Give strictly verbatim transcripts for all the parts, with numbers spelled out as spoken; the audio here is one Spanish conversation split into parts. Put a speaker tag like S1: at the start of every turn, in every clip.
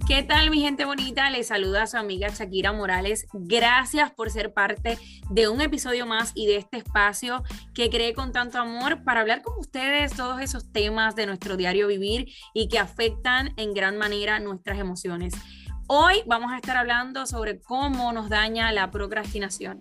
S1: ¿Qué tal, mi gente bonita? Les saluda a su amiga Shakira Morales. Gracias por ser parte de un episodio más y de este espacio que creé con tanto amor para hablar con ustedes todos esos temas de nuestro diario vivir y que afectan en gran manera nuestras emociones. Hoy vamos a estar hablando sobre cómo nos daña la procrastinación.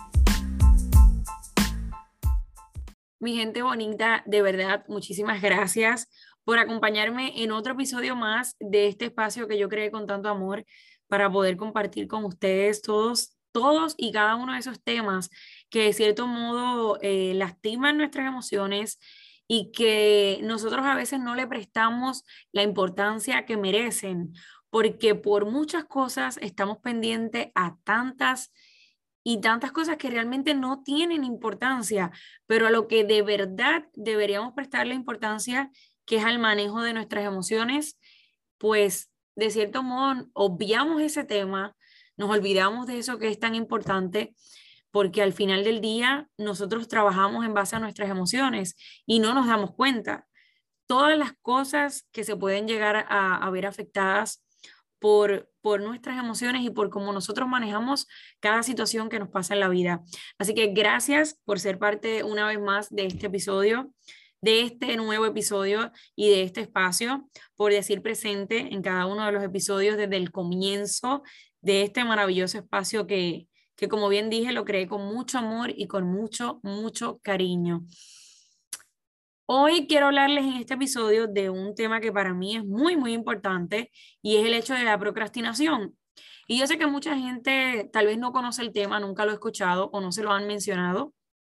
S1: Mi gente bonita, de verdad, muchísimas gracias por acompañarme en otro episodio más de este espacio que yo creé con tanto amor para poder compartir con ustedes todos, todos y cada uno de esos temas que de cierto modo eh, lastiman nuestras emociones y que nosotros a veces no le prestamos la importancia que merecen, porque por muchas cosas estamos pendientes a tantas y tantas cosas que realmente no tienen importancia, pero a lo que de verdad deberíamos prestarle importancia, que es al manejo de nuestras emociones, pues de cierto modo obviamos ese tema, nos olvidamos de eso que es tan importante, porque al final del día nosotros trabajamos en base a nuestras emociones y no nos damos cuenta. Todas las cosas que se pueden llegar a, a ver afectadas por, por nuestras emociones y por cómo nosotros manejamos cada situación que nos pasa en la vida. Así que gracias por ser parte una vez más de este episodio, de este nuevo episodio y de este espacio, por decir presente en cada uno de los episodios desde el comienzo de este maravilloso espacio que, que como bien dije, lo creé con mucho amor y con mucho, mucho cariño. Hoy quiero hablarles en este episodio de un tema que para mí es muy, muy importante y es el hecho de la procrastinación. Y yo sé que mucha gente tal vez no conoce el tema, nunca lo ha escuchado o no se lo han mencionado.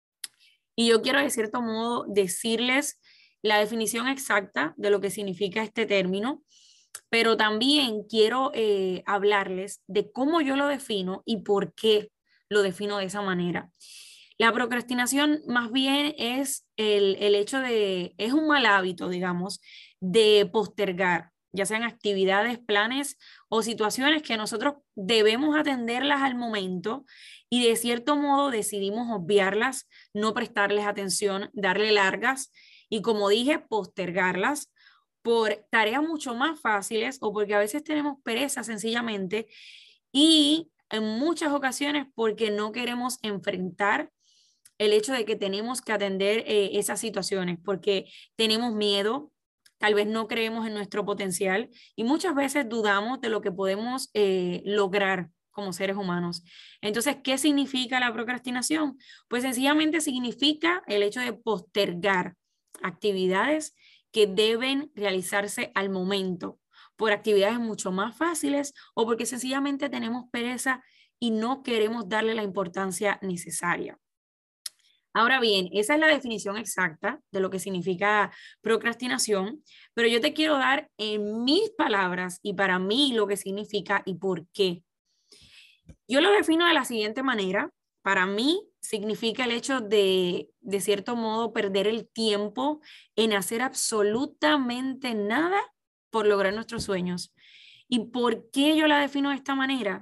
S1: Y yo quiero de cierto modo decirles la definición exacta de lo que significa este término, pero también quiero eh, hablarles de cómo yo lo defino y por qué lo defino de esa manera. La procrastinación más bien es el, el hecho de, es un mal hábito, digamos, de postergar, ya sean actividades, planes o situaciones que nosotros debemos atenderlas al momento y de cierto modo decidimos obviarlas, no prestarles atención, darle largas y como dije, postergarlas por tareas mucho más fáciles o porque a veces tenemos pereza sencillamente y en muchas ocasiones porque no queremos enfrentar el hecho de que tenemos que atender eh, esas situaciones, porque tenemos miedo, tal vez no creemos en nuestro potencial y muchas veces dudamos de lo que podemos eh, lograr como seres humanos. Entonces, ¿qué significa la procrastinación? Pues sencillamente significa el hecho de postergar actividades que deben realizarse al momento, por actividades mucho más fáciles o porque sencillamente tenemos pereza y no queremos darle la importancia necesaria. Ahora bien, esa es la definición exacta de lo que significa procrastinación, pero yo te quiero dar en mis palabras y para mí lo que significa y por qué. Yo lo defino de la siguiente manera. Para mí significa el hecho de, de cierto modo, perder el tiempo en hacer absolutamente nada por lograr nuestros sueños. ¿Y por qué yo la defino de esta manera?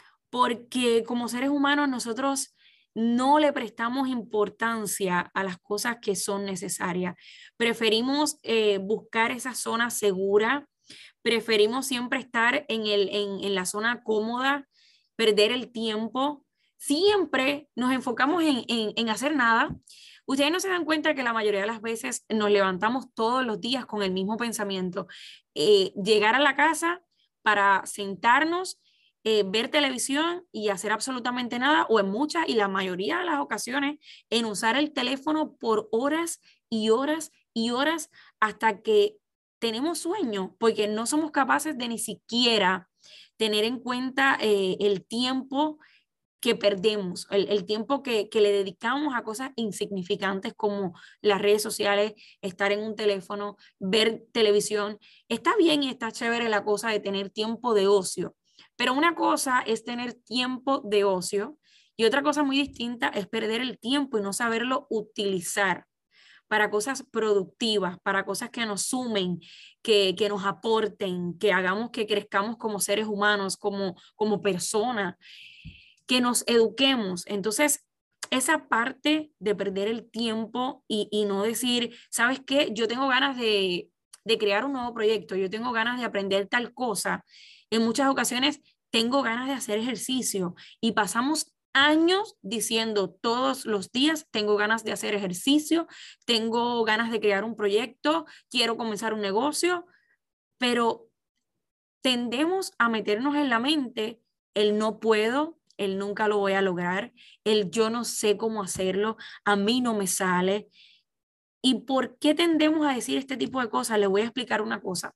S1: Porque como seres humanos nosotros no le prestamos importancia a las cosas que son necesarias. Preferimos eh, buscar esa zona segura, preferimos siempre estar en, el, en, en la zona cómoda, perder el tiempo. Siempre nos enfocamos en, en, en hacer nada. Ustedes no se dan cuenta que la mayoría de las veces nos levantamos todos los días con el mismo pensamiento. Eh, llegar a la casa para sentarnos, eh, ver televisión y hacer absolutamente nada, o en muchas y la mayoría de las ocasiones, en usar el teléfono por horas y horas y horas hasta que tenemos sueño, porque no somos capaces de ni siquiera tener en cuenta eh, el tiempo que perdemos, el, el tiempo que, que le dedicamos a cosas insignificantes como las redes sociales, estar en un teléfono, ver televisión. Está bien y está chévere la cosa de tener tiempo de ocio, pero una cosa es tener tiempo de ocio y otra cosa muy distinta es perder el tiempo y no saberlo utilizar para cosas productivas, para cosas que nos sumen, que, que nos aporten, que hagamos que crezcamos como seres humanos, como, como personas, que nos eduquemos. Entonces, esa parte de perder el tiempo y, y no decir, ¿sabes qué? Yo tengo ganas de, de crear un nuevo proyecto, yo tengo ganas de aprender tal cosa En muchas ocasiones tengo ganas de hacer ejercicio y pasamos años diciendo todos los días, tengo ganas de hacer ejercicio, tengo ganas de crear un proyecto, quiero comenzar un negocio, pero tendemos a meternos en la mente el no puedo, el nunca lo voy a lograr, el yo no sé cómo hacerlo, a mí no me sale. ¿Y por qué tendemos a decir este tipo de cosas? Les voy a explicar una cosa.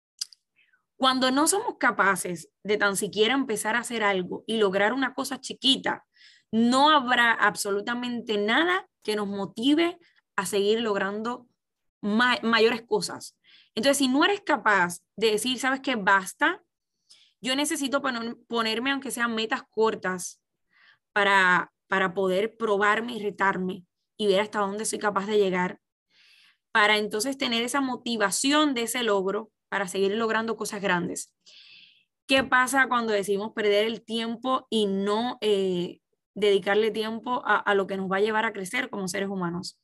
S1: Cuando no somos capaces de tan siquiera empezar a hacer algo y lograr una cosa chiquita, no habrá absolutamente nada que nos motive a seguir logrando ma mayores cosas. Entonces, si no eres capaz de decir, ¿sabes qué? Basta, yo necesito poner, ponerme, aunque sean metas cortas, para, para poder probarme y retarme y ver hasta dónde soy capaz de llegar, para entonces tener esa motivación de ese logro para seguir logrando cosas grandes. ¿Qué pasa cuando decidimos perder el tiempo y no eh, dedicarle tiempo a, a lo que nos va a llevar a crecer como seres humanos?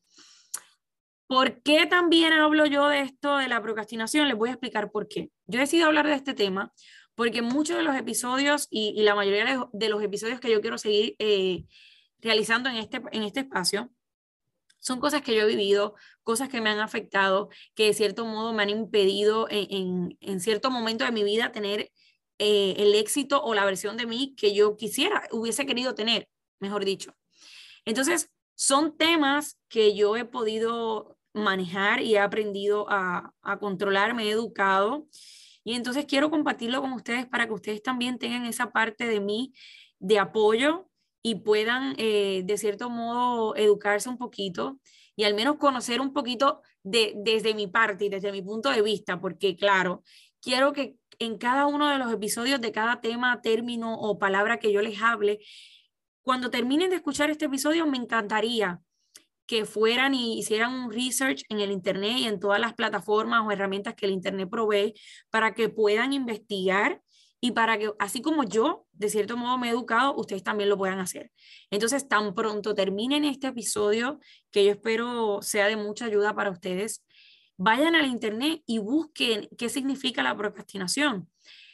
S1: ¿Por qué también hablo yo de esto de la procrastinación? Les voy a explicar por qué. Yo he decidido hablar de este tema porque muchos de los episodios y, y la mayoría de, de los episodios que yo quiero seguir eh, realizando en este, en este espacio son cosas que yo he vivido, cosas que me han afectado, que de cierto modo me han impedido en, en, en cierto momento de mi vida tener eh, el éxito o la versión de mí que yo quisiera, hubiese querido tener, mejor dicho. Entonces, son temas que yo he podido manejar y he aprendido a, a controlar, me he educado. Y entonces quiero compartirlo con ustedes para que ustedes también tengan esa parte de mí de apoyo y puedan, eh, de cierto modo, educarse un poquito y al menos conocer un poquito de, desde mi parte y desde mi punto de vista, porque claro, quiero que en cada uno de los episodios de cada tema, término o palabra que yo les hable, cuando terminen de escuchar este episodio, me encantaría que fueran y hicieran un research en el Internet y en todas las plataformas o herramientas que el Internet provee para que puedan investigar y para que, así como yo, de cierto modo me he educado, ustedes también lo puedan hacer. Entonces, tan pronto terminen este episodio, que yo espero sea de mucha ayuda para ustedes, vayan al Internet y busquen qué significa la procrastinación.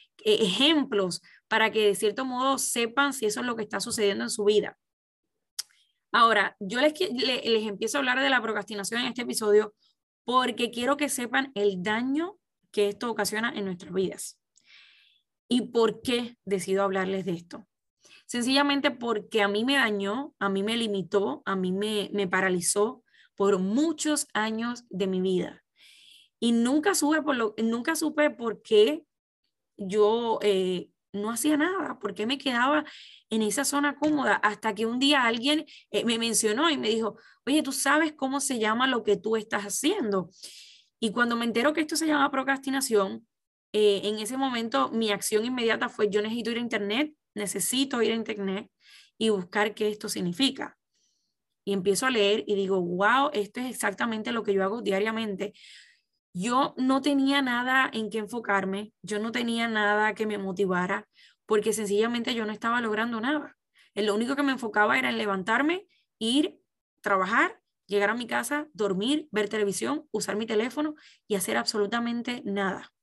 S1: Ejemplos para que de cierto modo sepan si eso es lo que está sucediendo en su vida. Ahora, yo les, les, les empiezo a hablar de la procrastinación en este episodio porque quiero que sepan el daño que esto ocasiona en nuestras vidas. ¿Y por qué decido hablarles de esto? Sencillamente porque a mí me dañó, a mí me limitó, a mí me, me paralizó por muchos años de mi vida. Y nunca, supe por lo, nunca supe por qué yo eh, no hacía nada, porque me quedaba en esa zona cómoda hasta que un día alguien eh, me mencionó y me dijo, oye, ¿tú sabes cómo se llama lo que tú estás haciendo? Y cuando me entero que esto se llama procrastinación, eh, en ese momento mi acción inmediata fue, yo necesito ir a internet, necesito ir a internet y buscar qué esto significa. Y empiezo a leer y digo, wow, esto es exactamente lo que yo hago diariamente. Yo no tenía nada en qué enfocarme, yo no tenía nada que me motivara, porque sencillamente yo no estaba logrando nada. Lo único que me enfocaba era en levantarme, ir, trabajar, llegar a mi casa, dormir, ver televisión, usar mi teléfono y hacer absolutamente nada.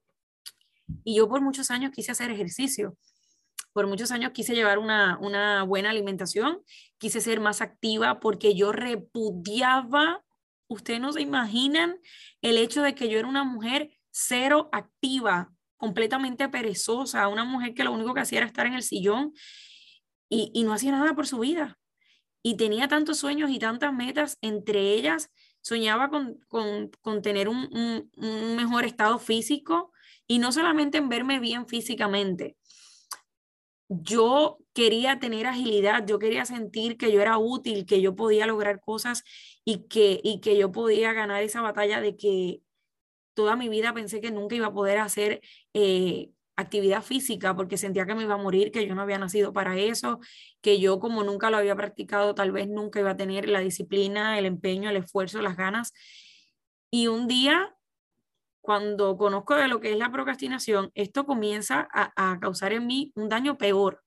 S1: Y yo por muchos años quise hacer ejercicio, por muchos años quise llevar una, una buena alimentación, quise ser más activa porque yo repudiaba. Ustedes no se imaginan el hecho de que yo era una mujer cero activa, completamente perezosa, una mujer que lo único que hacía era estar en el sillón y, y no hacía nada por su vida. Y tenía tantos sueños y tantas metas, entre ellas soñaba con, con, con tener un, un, un mejor estado físico y no solamente en verme bien físicamente. Yo quería tener agilidad, yo quería sentir que yo era útil, que yo podía lograr cosas y que, y que yo podía ganar esa batalla de que toda mi vida pensé que nunca iba a poder hacer eh, actividad física porque sentía que me iba a morir, que yo no había nacido para eso, que yo como nunca lo había practicado, tal vez nunca iba a tener la disciplina, el empeño, el esfuerzo, las ganas. Y un día, cuando conozco de lo que es la procrastinación, esto comienza a, a causar en mí un daño peor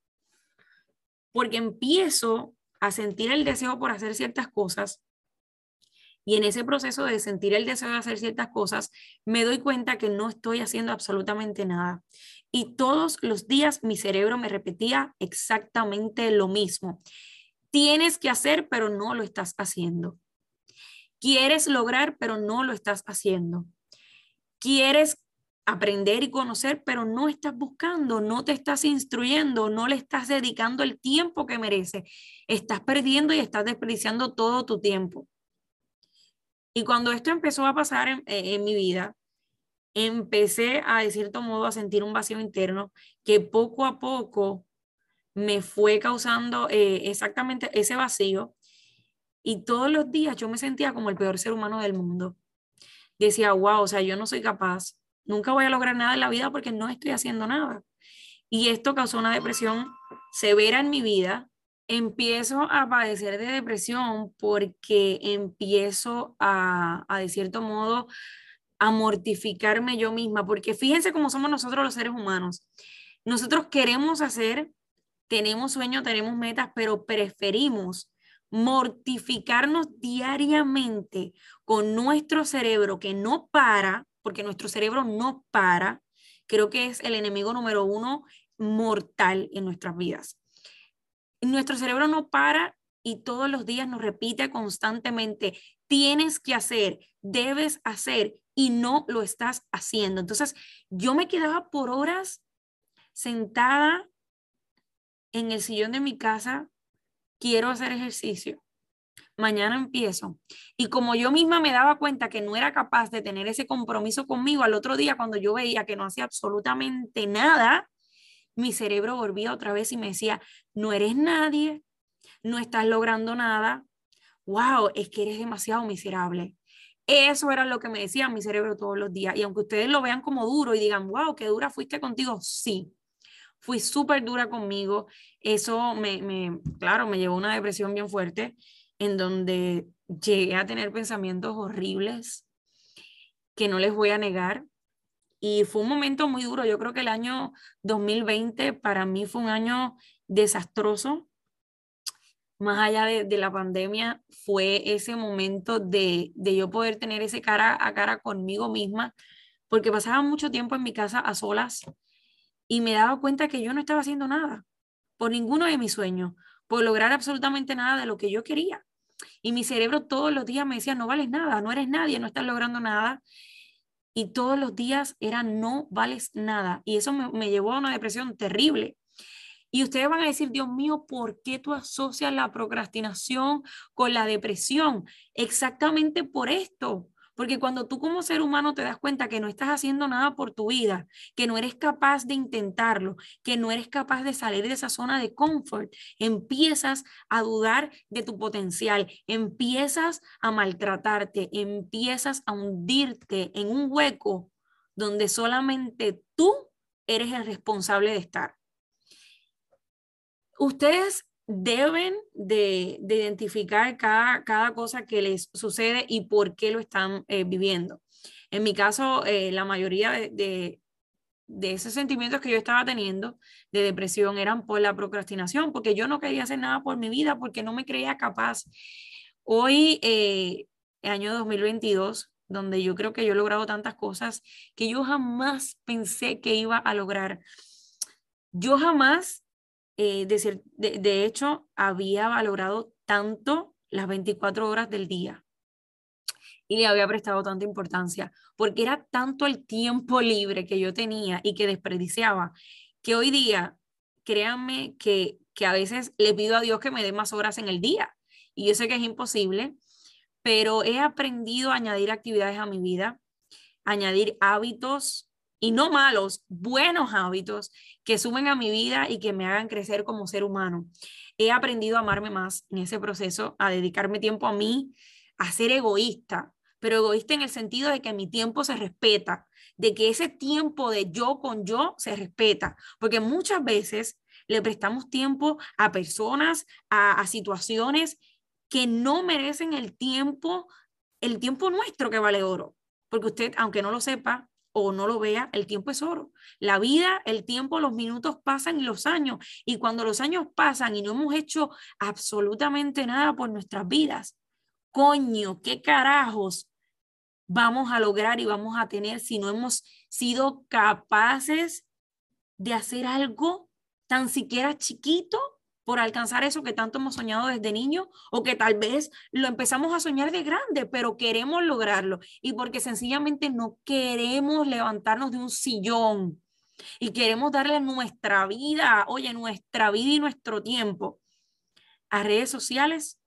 S1: porque empiezo a sentir el deseo por hacer ciertas cosas Y en ese proceso de sentir el deseo de hacer ciertas cosas, me doy cuenta que no estoy haciendo absolutamente nada. Y todos los días mi cerebro me repetía exactamente lo mismo. Tienes que hacer, pero no lo estás haciendo. Quieres lograr, pero no lo estás haciendo. Quieres aprender y conocer, pero no estás buscando, no te estás instruyendo, no le estás dedicando el tiempo que merece. Estás perdiendo y estás desperdiciando todo tu tiempo. Y cuando esto empezó a pasar en, en mi vida, empecé a, de cierto modo, a sentir un vacío interno que poco a poco me fue causando eh, exactamente ese vacío. Y todos los días yo me sentía como el peor ser humano del mundo. Decía, wow, o sea, yo no soy capaz, nunca voy a lograr nada en la vida porque no estoy haciendo nada. Y esto causó una depresión severa en mi vida. Empiezo a padecer de depresión porque empiezo a, a, de cierto modo, a mortificarme yo misma, porque fíjense cómo somos nosotros los seres humanos. Nosotros queremos hacer, tenemos sueños, tenemos metas, pero preferimos mortificarnos diariamente con nuestro cerebro que no para, porque nuestro cerebro no para, creo que es el enemigo número uno mortal en nuestras vidas. Nuestro cerebro no para y todos los días nos repite constantemente, tienes que hacer, debes hacer y no lo estás haciendo. Entonces yo me quedaba por horas sentada en el sillón de mi casa, quiero hacer ejercicio, mañana empiezo. Y como yo misma me daba cuenta que no era capaz de tener ese compromiso conmigo, al otro día cuando yo veía que no hacía absolutamente nada, mi cerebro volvía otra vez y me decía, no eres nadie, no estás logrando nada, wow, es que eres demasiado miserable. Eso era lo que me decía mi cerebro todos los días. Y aunque ustedes lo vean como duro y digan, wow, qué dura fuiste contigo, sí, fui súper dura conmigo. Eso me, me, claro, me llevó a una depresión bien fuerte en donde llegué a tener pensamientos horribles que no les voy a negar. Y fue un momento muy duro. Yo creo que el año dos mil veinte para mí fue un año desastroso. Más allá de, de la pandemia, fue ese momento de, de yo poder tener ese cara a cara conmigo misma, porque pasaba mucho tiempo en mi casa a solas y me daba cuenta que yo no estaba haciendo nada por ninguno de mis sueños, por lograr absolutamente nada de lo que yo quería. Y mi cerebro todos los días me decía, no vales nada, no eres nadie, no estás logrando nada. Y todos los días era, no vales nada. Y eso me, me llevó a una depresión terrible. Y ustedes van a decir, Dios mío, ¿por qué tú asocias la procrastinación con la depresión? Exactamente por esto. Porque cuando tú como ser humano te das cuenta que no estás haciendo nada por tu vida, que no eres capaz de intentarlo, que no eres capaz de salir de esa zona de confort, empiezas a dudar de tu potencial, empiezas a maltratarte, empiezas a hundirte en un hueco donde solamente tú eres el responsable de estar. Ustedes deben de, de identificar cada, cada cosa que les sucede y por qué lo están eh, viviendo. En mi caso, eh, la mayoría de, de, de esos sentimientos que yo estaba teniendo de depresión eran por la procrastinación, porque yo no quería hacer nada por mi vida, porque no me creía capaz. Hoy, eh, año dos mil veintidós, donde yo creo que yo he logrado tantas cosas que yo jamás pensé que iba a lograr. Yo jamás eh, de, ser, de, de hecho, había valorado tanto las veinticuatro horas del día y le había prestado tanta importancia, porque era tanto el tiempo libre que yo tenía y que desperdiciaba, que hoy día, créanme que, que a veces le pido a Dios que me dé más horas en el día. Y yo sé que es imposible, pero he aprendido a añadir actividades a mi vida, añadir hábitos y no malos, buenos hábitos que sumen a mi vida y que me hagan crecer como ser humano. He aprendido a amarme más en ese proceso, a dedicarme tiempo a mí, a ser egoísta, pero egoísta en el sentido de que mi tiempo se respeta, de que ese tiempo de yo con yo se respeta, porque muchas veces le prestamos tiempo a personas, a, a situaciones que no merecen el tiempo, el tiempo nuestro que vale oro. Porque usted, aunque no lo sepa o no lo vea, el tiempo es oro. La vida, el tiempo, los minutos pasan y los años. Y cuando los años pasan y no hemos hecho absolutamente nada por nuestras vidas, coño, ¿qué carajos vamos a lograr y vamos a tener si no hemos sido capaces de hacer algo tan siquiera chiquito por alcanzar eso que tanto hemos soñado desde niño, o que tal vez lo empezamos a soñar de grande, pero queremos lograrlo y porque sencillamente no queremos levantarnos de un sillón y queremos darle nuestra vida, oye, nuestra vida y nuestro tiempo a redes sociales?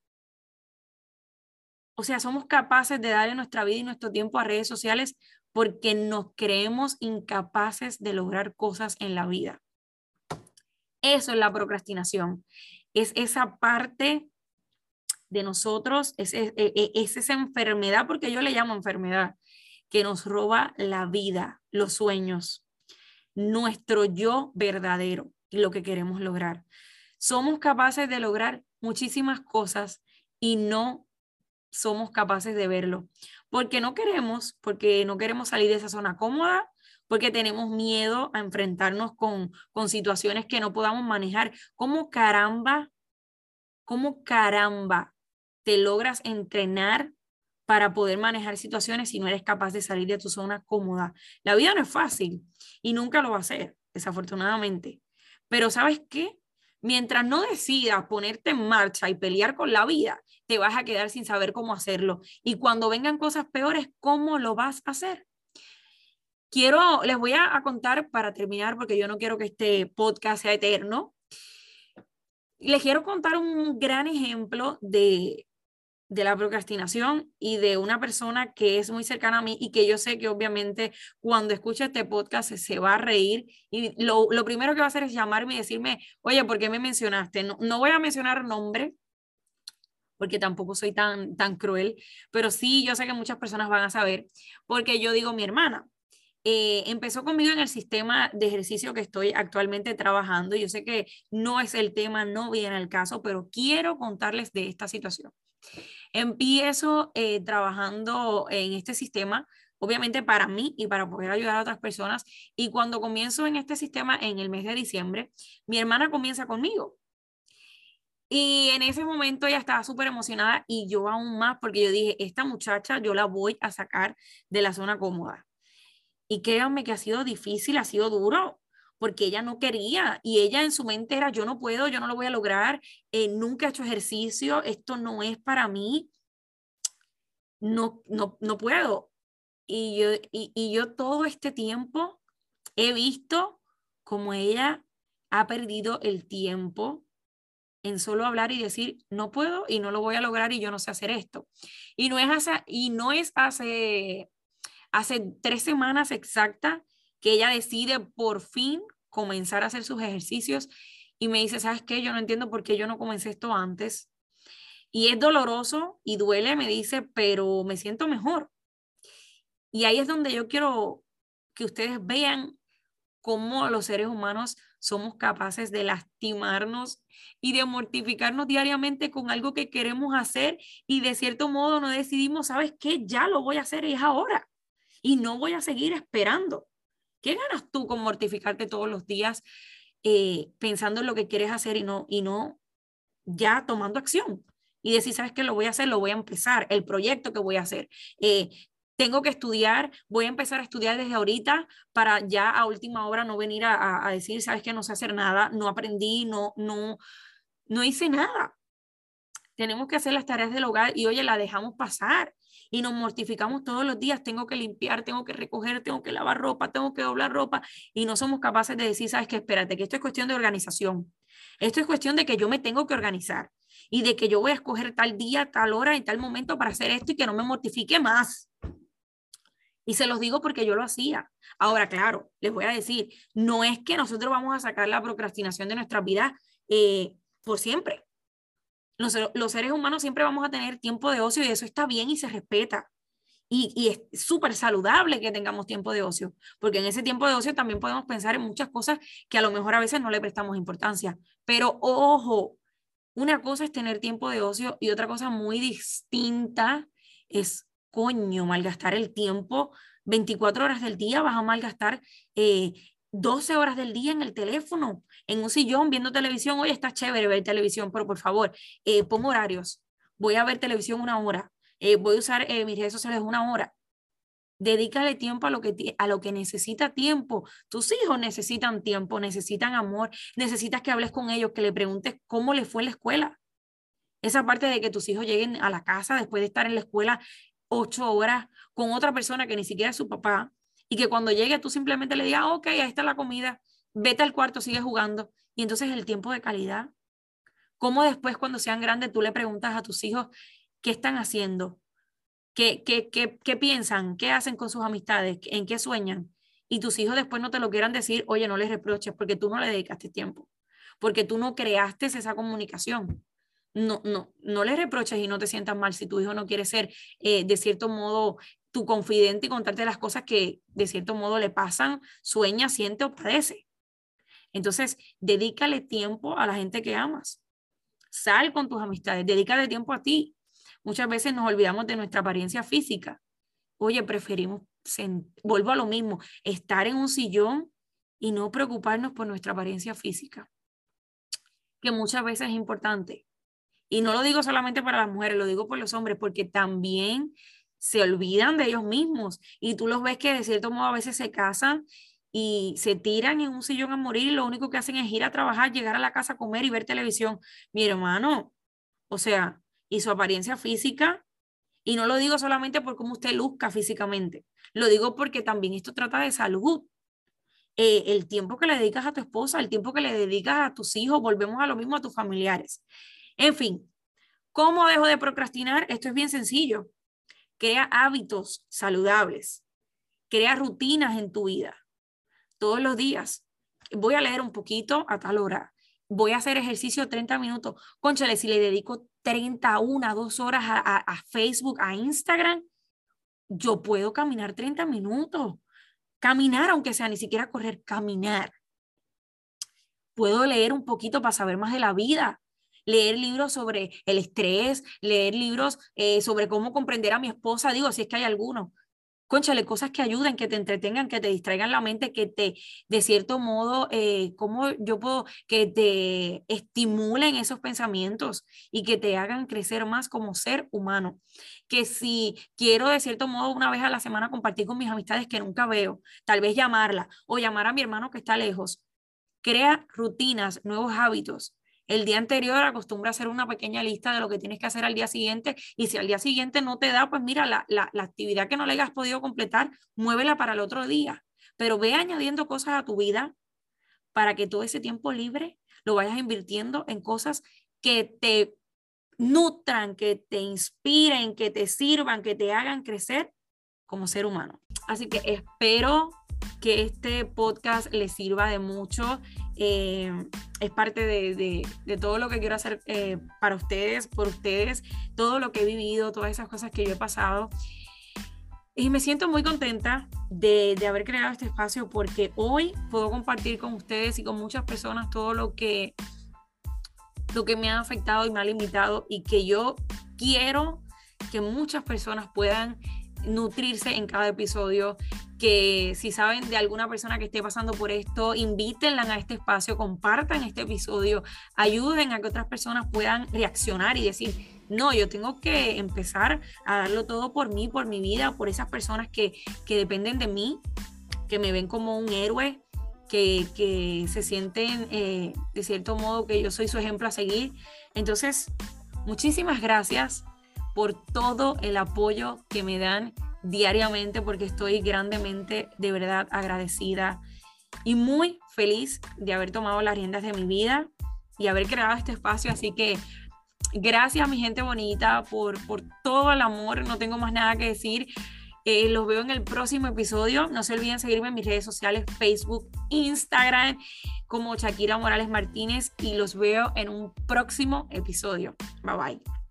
S1: O sea, somos capaces de darle nuestra vida y nuestro tiempo a redes sociales porque nos creemos incapaces de lograr cosas en la vida. Eso es la procrastinación. Es esa parte de nosotros, es, es, es esa enfermedad, porque yo le llamo enfermedad, que nos roba la vida, los sueños, nuestro yo verdadero y lo que queremos lograr. Somos capaces de lograr muchísimas cosas y no somos capaces de verlo, porque no queremos, porque no queremos salir de esa zona cómoda, porque tenemos miedo a enfrentarnos con, con situaciones que no podamos manejar. ¿Cómo caramba, cómo caramba te logras entrenar para poder manejar situaciones si no eres capaz de salir de tu zona cómoda? La vida no es fácil y nunca lo va a ser, desafortunadamente. Pero ¿sabes qué? Mientras no decidas ponerte en marcha y pelear con la vida, te vas a quedar sin saber cómo hacerlo. Y cuando vengan cosas peores, ¿cómo lo vas a hacer? Quiero, les voy a, a contar para terminar, porque yo no quiero que este podcast sea eterno. Les quiero contar un gran ejemplo de, de la procrastinación y de una persona que es muy cercana a mí y que yo sé que obviamente cuando escuche este podcast se, se va a reír y lo, lo primero que va a hacer es llamarme y decirme, oye, ¿por qué me mencionaste? No, no voy a mencionar nombre porque tampoco soy tan, tan cruel, pero sí yo sé que muchas personas van a saber porque yo digo mi hermana. Eh, empezó conmigo en el sistema de ejercicio que estoy actualmente trabajando. Yo sé que no es el tema, no viene al caso, pero quiero contarles de esta situación. Empiezo eh, trabajando en este sistema, obviamente para mí y para poder ayudar a otras personas. Y cuando comienzo en este sistema en el mes de diciembre, mi hermana comienza conmigo. Y en ese momento ella estaba súper emocionada y yo aún más porque yo dije, esta muchacha yo la voy a sacar de la zona cómoda. Y créanme que ha sido difícil, ha sido duro, porque ella no quería y ella en su mente era, yo no puedo, yo no lo voy a lograr, eh, nunca he hecho ejercicio, esto no es para mí, no, no, no puedo. Y yo, y, y yo todo este tiempo he visto como ella ha perdido el tiempo en solo hablar y decir, no puedo y no lo voy a lograr y yo no sé hacer esto. Y no es hace, y no es hace, hace tres semanas exactas que ella decide por fin comenzar a hacer sus ejercicios y me dice, ¿sabes qué? Yo no entiendo por qué yo no comencé esto antes. Y es doloroso y duele, me dice, pero me siento mejor. Y ahí es donde yo quiero que ustedes vean cómo los seres humanos somos capaces de lastimarnos y de mortificarnos diariamente con algo que queremos hacer y de cierto modo no decidimos, ¿sabes qué? Ya lo voy a hacer y es ahora y no voy a seguir esperando. ¿Qué ganas tú con mortificarte todos los días eh, pensando en lo que quieres hacer y no, y no ya tomando acción? Y decir, ¿sabes qué? Lo voy a hacer, lo voy a empezar, el proyecto que voy a hacer. Eh, tengo que estudiar, voy a empezar a estudiar desde ahorita para ya a última hora no venir a, a, a decir, ¿sabes qué? No sé hacer nada, no aprendí, no, no, no hice nada. Tenemos que hacer las tareas del hogar y oye, la dejamos pasar y nos mortificamos todos los días. Tengo que limpiar, tengo que recoger, tengo que lavar ropa, tengo que doblar ropa y no somos capaces de decir, sabes qué, espérate, que esto es cuestión de organización. Esto es cuestión de que yo me tengo que organizar y de que yo voy a escoger tal día, tal hora y tal momento para hacer esto y que no me mortifique más. Y se los digo porque yo lo hacía. Ahora, claro, les voy a decir, no es que nosotros vamos a sacar la procrastinación de nuestras vidas eh, por siempre. Los, los seres humanos siempre vamos a tener tiempo de ocio y eso está bien y se respeta. Y, y es súper saludable que tengamos tiempo de ocio, porque en ese tiempo de ocio también podemos pensar en muchas cosas que a lo mejor a veces no le prestamos importancia. Pero ojo, una cosa es tener tiempo de ocio y otra cosa muy distinta es, coño, malgastar el tiempo. veinticuatro horas del día vas a malgastar eh, doce horas del día en el teléfono, en un sillón viendo televisión. Oye, está chévere ver televisión, pero por favor, eh, pon horarios. Voy a ver televisión una hora. Eh, voy a usar eh, mis redes sociales una hora. Dedícale tiempo a lo, que, a lo que necesita tiempo. Tus hijos necesitan tiempo, necesitan amor, necesitas que hables con ellos, que le preguntes cómo les fue en la escuela. Esa parte de que tus hijos lleguen a la casa después de estar en la escuela ocho horas con otra persona que ni siquiera es su papá, y que cuando llegue tú simplemente le digas, ok, ahí está la comida, vete al cuarto, sigue jugando. Y entonces el tiempo de calidad. ¿Cómo después cuando sean grandes tú le preguntas a tus hijos qué están haciendo? ¿Qué, qué, qué, qué piensan? ¿Qué hacen con sus amistades? ¿En qué sueñan? Y tus hijos después no te lo quieran decir, oye, no les reproches porque tú no le dedicaste tiempo, porque tú no creaste esa comunicación. No, no, no les reproches y no te sientas mal si tu hijo no quiere ser, eh, de cierto modo, tu confidente y contarte las cosas que de cierto modo le pasan, sueña, siente o padece. Entonces, dedícale tiempo a la gente que amas. Sal con tus amistades, dedícale tiempo a ti. Muchas veces nos olvidamos de nuestra apariencia física. Oye, preferimos, vuelvo a lo mismo, estar en un sillón y no preocuparnos por nuestra apariencia física, que muchas veces es importante. Y no lo digo solamente para las mujeres, lo digo por los hombres, porque también se olvidan de ellos mismos. Y tú los ves que de cierto modo a veces se casan y se tiran en un sillón a morir y lo único que hacen es ir a trabajar, llegar a la casa a comer y ver televisión. Mi hermano, o sea, y su apariencia física, y no lo digo solamente por cómo usted luzca físicamente, lo digo porque también esto trata de salud. Eh, el tiempo que le dedicas a tu esposa, el tiempo que le dedicas a tus hijos, volvemos a lo mismo a tus familiares. En fin, ¿cómo dejo de procrastinar? Esto es bien sencillo. Crea hábitos saludables, crea rutinas en tu vida. Todos los días voy a leer un poquito a tal hora, voy a hacer ejercicio treinta minutos. Cónchale, si le dedico treinta, una, dos horas a, a, a Facebook, a Instagram, yo puedo caminar treinta minutos. Caminar, aunque sea ni siquiera correr, caminar. Puedo leer un poquito para saber más de la vida. Leer libros sobre el estrés, leer libros eh, sobre cómo comprender a mi esposa, digo, si es que hay alguno. Cónchale, cosas que ayuden, que te entretengan, que te distraigan la mente, que te, de cierto modo, eh, ¿cómo yo puedo, que te estimulen esos pensamientos y que te hagan crecer más como ser humano? Que si quiero, de cierto modo, una vez a la semana compartir con mis amistades que nunca veo, tal vez llamarla o llamar a mi hermano que está lejos, crea rutinas, nuevos hábitos. El día anterior acostumbra a hacer una pequeña lista de lo que tienes que hacer al día siguiente y si al día siguiente no te da, pues mira, la, la, la actividad que no le hayas podido completar, muévela para el otro día. Pero ve añadiendo cosas a tu vida para que todo ese tiempo libre lo vayas invirtiendo en cosas que te nutran, que te inspiren, que te sirvan, que te hagan crecer como ser humano. Así que espero que este podcast les sirva de mucho. Eh, es parte de, de, de todo lo que quiero hacer eh, para ustedes, por ustedes, todo lo que he vivido, todas esas cosas que yo he pasado. Y me siento muy contenta de, de haber creado este espacio porque hoy puedo compartir con ustedes y con muchas personas todo lo que, lo que me ha afectado y me ha limitado y que yo quiero que muchas personas puedan nutrirse en cada episodio, que si saben de alguna persona que esté pasando por esto, invítenla a este espacio, compartan este episodio, ayuden a que otras personas puedan reaccionar y decir, no, yo tengo que empezar a darlo todo por mí, por mi vida, por esas personas que, que dependen de mí, que me ven como un héroe, que, que se sienten eh, de cierto modo que yo soy su ejemplo a seguir. Entonces, muchísimas gracias por todo el apoyo que me dan diariamente, porque estoy grandemente, de verdad, agradecida y muy feliz de haber tomado las riendas de mi vida y haber creado este espacio. Así que gracias, mi gente bonita, por, por todo el amor. No tengo más nada que decir. Eh, los veo en el próximo episodio. No se olviden seguirme en mis redes sociales, Facebook, Instagram, como Shakira Morales Martínez, y los veo en un próximo episodio. Bye bye.